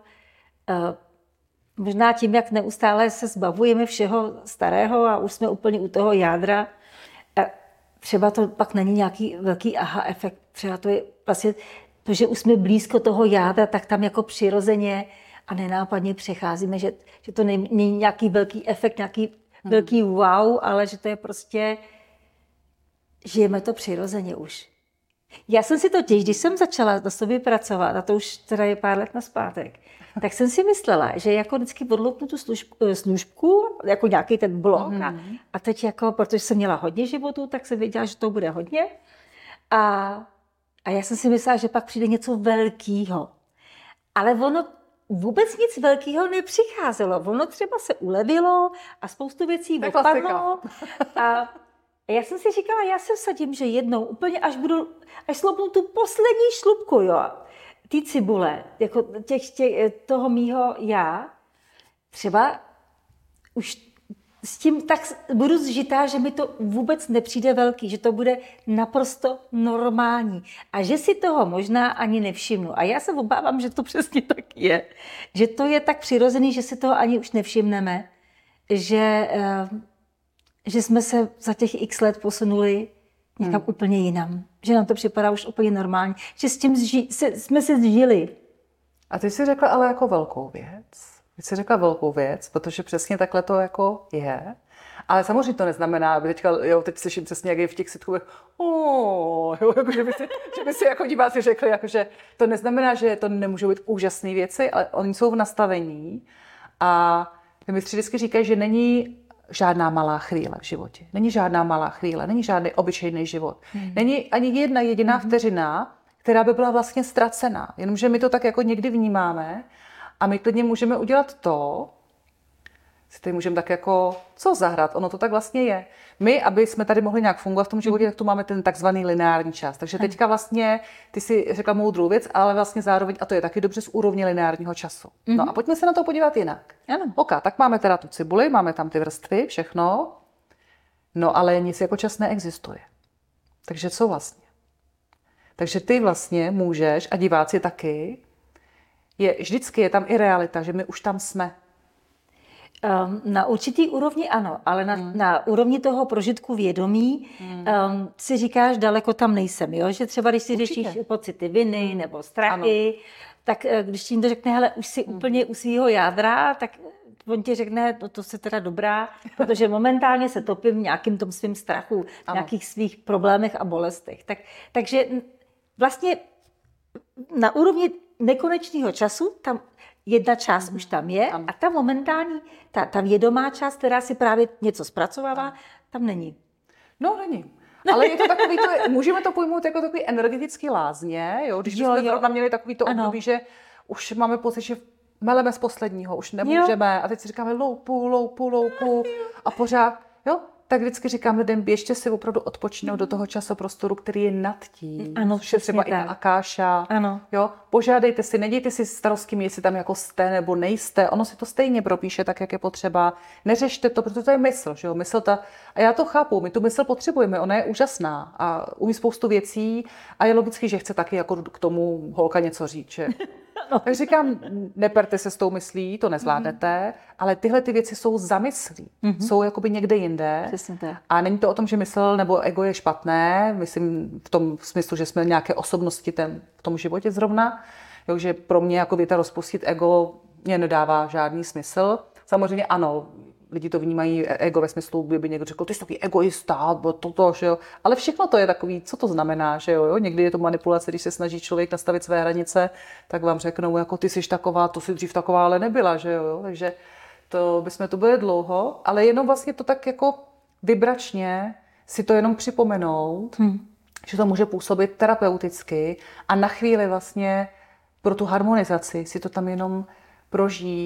možná tím, jak neustále se zbavujeme všeho starého a už jsme úplně u toho jádra, třeba to pak není nějaký velký aha efekt, třeba to je vlastně to, že už jsme blízko toho jádra, tak tam jako přirozeně a nenápadně přecházíme, že to není nějaký velký efekt, nějaký velký wow, ale že to je prostě, žijeme to přirozeně už. Já jsem si totiž, když jsem začala na sobě pracovat, a to už teda je pár let nazpátek, tak jsem si myslela, že jako vždycky odloupnu tu služku, jako nějaký ten blok a teď jako, protože jsem měla hodně životů, tak jsem věděla, že to bude hodně a já jsem si myslela, že pak přijde něco velkého. Ale ono vůbec nic velkého nepřicházelo. Ono třeba se ulevilo a spoustu věcí opadlo. A já jsem si říkala, já se vsadím, že jednou úplně až sloupnu tu poslední šlupku, jo, ty cibule, jako toho mýho já, třeba už s tím tak budu zžitá, že mi to vůbec nepřijde velký, že to bude naprosto normální a že si toho možná ani nevšimnu. A já se obávám, že to přesně tak je. Že to je tak přirozený, že si toho ani už nevšimneme, že jsme se za těch x let posunuli někam úplně jinam. Že nám to připadá už úplně normální. Že s tím jsme se zžili. A ty jsi řekla ale jako velkou věc. Ty jsi řekla velkou věc, protože přesně takhle to jako je. Ale samozřejmě to neznamená, teď slyším přesně, jak je v těch sitcomech, jako, že by si jako diváci řekli, jako, že to neznamená, že to nemůžou být úžasné věci, ale oni jsou v nastavení. A ty mistři vždycky říkají, že není žádná malá chvíle v životě. Není žádná malá chvíle, není žádný obyčejný život. Není ani jedna jediná vteřina, která by byla vlastně ztracená. Jenomže my to tak jako někdy vnímáme a my klidně můžeme udělat to, si tady můžeme tak jako, co zahrát, ono to tak vlastně je. My, aby jsme tady mohli nějak fungovat v tom životě, tak tu máme ten takzvaný lineární čas. Takže teďka vlastně, ty si řekla moudrou věc, ale vlastně zároveň, a to je taky dobře z úrovně lineárního času. No a pojďme se na to podívat jinak. Ano. OK, tak máme teda tu cibuli, máme tam ty vrstvy, všechno, no ale nic jako čas neexistuje. Takže co vlastně? Takže ty vlastně můžeš, a diváci taky, vždycky je tam i realita, že my už tam jsme. Na určitý úrovni ano, ale na úrovni toho prožitku vědomí si říkáš, daleko tam nejsem. Jo? Že třeba když si řešíš pocity viny nebo strachy, tak když ti někdo řekne, hele, už si úplně u svého jádra, tak on ti řekne, no to se teda dobrá, protože momentálně se topím v nějakým tom svým strachu, v nějakých svých problémech a bolestech. Takže vlastně na úrovni nekonečného času tam jedna část už tam je a ta momentální, ta vědomá část, která si právě něco zpracovává, tam není. No, není. Ale je to takový, můžeme to pojmout jako takový energetický lázně, jo? Když jsme zrovna měli takový to období, že už máme pocit, že meleme z posledního, už nemůžeme a teď si říkáme loupu a pořád, jo? Tak vždycky říkám lidem, běžte si opravdu odpočinout do toho časoprostoru, který je nad tím. Ano, což je třeba i ta akáša. Ano. Jo? Požádejte si, nedějte si starostky, jestli tam jako jste nebo nejste. Ono si to stejně propíše tak, jak je potřeba. Neřešte to, protože to je mysl. Že jo? A já to chápu, my tu mysl potřebujeme, ona je úžasná a umí spoustu věcí a je logicky, že chce taky jako k tomu holka něco říct. Že? Tak říkám, neperte se s tou myslí, to nezvládnete, ale tyhle ty věci jsou za myslí. Jsou jakoby někde jinde. Přesně tak. A není to o tom, že mysl nebo ego je špatné, myslím v tom smyslu, že jsme nějaké osobnosti v tom životě zrovna. Jo, že pro mě jako věta rozpustit ego mě nedává žádný smysl. Samozřejmě ano, lidi to vnímají ego ve smyslu, kdyby někdo řekl, ty jsi takový egoista, že jo. Ale všechno to je takový, co to znamená, že jo. Někdy je to manipulace, když se snaží člověk nastavit své hranice, tak vám řeknou, jako ty jsi taková, to jsi dřív taková, ale nebyla, že jo. Takže to bychom tu byli dlouho, ale jenom vlastně to tak jako vibračně si to jenom připomenout, že to může působit terapeuticky a na chvíli vlastně pro tu harmonizaci si to tam jenom prožít,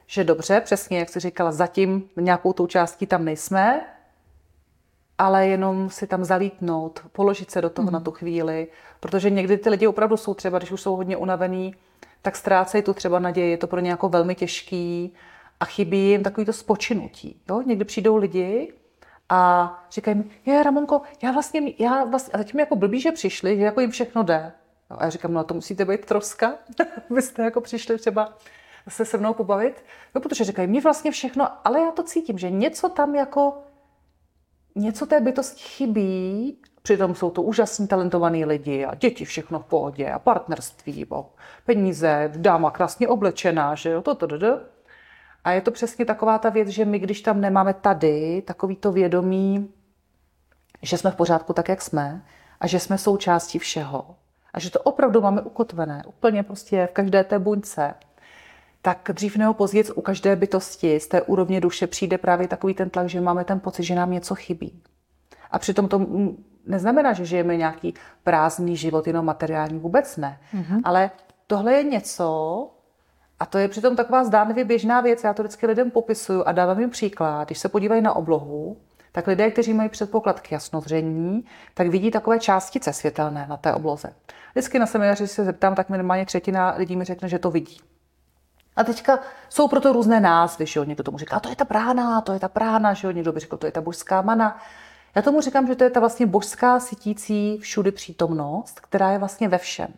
že dobře, přesně jak jsi říkala, zatím nějakou tou částí tam nejsme, ale jenom si tam zalítnout, položit se do toho na tu chvíli, protože někdy ty lidi opravdu jsou třeba, když už jsou hodně unavený, tak ztrácejí tu třeba naději, je to pro ně jako velmi těžký a chybí jim takový to spočinutí. Jo? Někdy přijdou lidi a říkají mi, Ramonko, já vlastně, a teď mi jako blbý, že přišli, že jako jim všechno jde. Jo? A já říkám, no to musíte být troska, abyste jako přišli třeba se mnou pobavit, jo? Protože říkají, mě vlastně všechno, ale já to cítím, že něco tam jako něco té bytosti chybí, přitom jsou to úžasní talentovaní lidi a děti všechno v pohodě a partnerství, peníze, dáma krásně oblečená, že jo, A je to přesně taková ta věc, že my, když tam nemáme tady takový to vědomí, že jsme v pořádku tak, jak jsme a že jsme součástí všeho a že to opravdu máme ukotvené, úplně prostě v každé té buňce, tak dřív nebo později u každé bytosti z té úrovně duše přijde právě takový ten tlak, že máme ten pocit, že nám něco chybí. A přitom to neznamená, že žijeme nějaký prázdný život, jenom materiální, vůbec ne. Ale tohle je něco, a to je přitom taková zdánlivě běžná věc, já to vždycky lidem popisuju a dávám jim příklad. Když se podívají na oblohu, tak lidé, kteří mají předpoklad k jasnozření, tak vidí takové částice světelné na té obloze. Vždycky na semináři se zeptám, tak minimálně třetina lidí mi řekne, že to vidí. A teďka jsou proto různé názvy, že jo? Někdo tomu říká, to je ta prána, že jo? Někdo by řekl, to je ta božská mana. Já tomu říkám, že to je ta vlastně božská sytící všudy přítomnost, která je vlastně ve všem.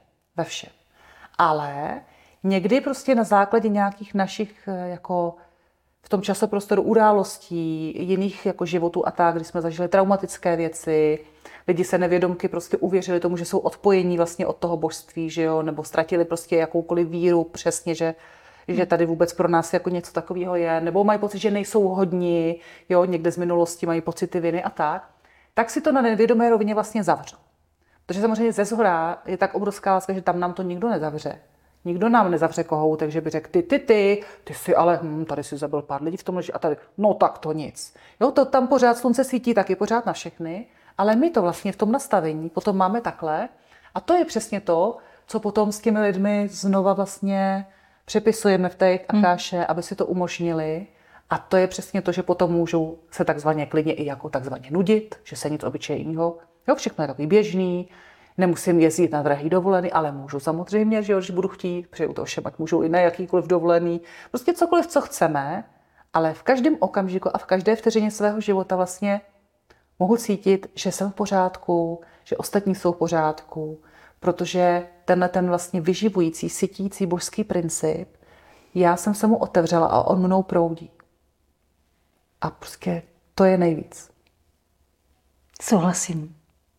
Ale někdy prostě na základě nějakých našich jako v tom časoprostoru událostí, jiných jako životů a tak, kdy jsme zažili traumatické věci, lidi se nevědomky prostě uvěřili tomu, že jsou odpojení vlastně od toho božství, že jo? Nebo ztratili prostě jakoukoliv víru přesně, že tady vůbec pro nás jako něco takového je, nebo mají pocit, že nejsou hodní, jo, někde z minulosti mají pocity viny a tak si to na nevědomé rovině vlastně zavřou. Protože samozřejmě ze shora je tak obrovská láska, že tam nám to nikdo nezavře. Nikdo nám nezavře kohou, takže by řekl, ty si ale, tady si zabil pár lidí v tom leží a tady, no tak to nic. Jo, to tam pořád slunce svítí taky pořád na všechny, ale my to vlastně v tom nastavení potom máme takhle a to je přesně to, co potom s těmi lidmi znova vlastně přepisujeme v té akáše, aby si to umožnili. A to je přesně to, že potom můžou se takzvaně klidně i jako takzvaně nudit, že se nic obyčejného. Jo, všechno je takový běžný, nemusím jezdit na drahý dovolený, ale můžu samozřejmě, že jo, když budu chtít, přeju to všem, ať můžou i na jakýkoliv dovolený, prostě cokoliv, co chceme, ale v každém okamžiku a v každé vteřině svého života vlastně mohu cítit, že jsem v pořádku, že ostatní jsou v pořádku, protože ten vlastně vyživující, sytící božský princip, já jsem se mu otevřela a on mnou proudí. A prostě to je nejvíc. Souhlasím.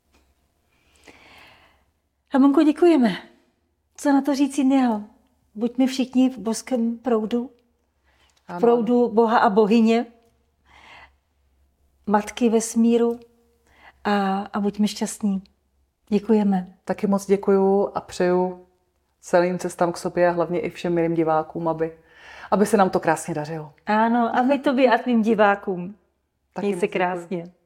Ramonko, děkujeme. Co na to říct jiného? Buďme všichni v božském proudu, v proudu Boha a bohyně, matky vesmíru a buďme šťastní. Děkujeme. Taky moc děkuju a přeju celým cestám k sobě a hlavně i všem milým divákům, aby se nám to krásně dařilo. Ano, a my tobě a tvým divákům. Taky Měj se krásně. Děkuju.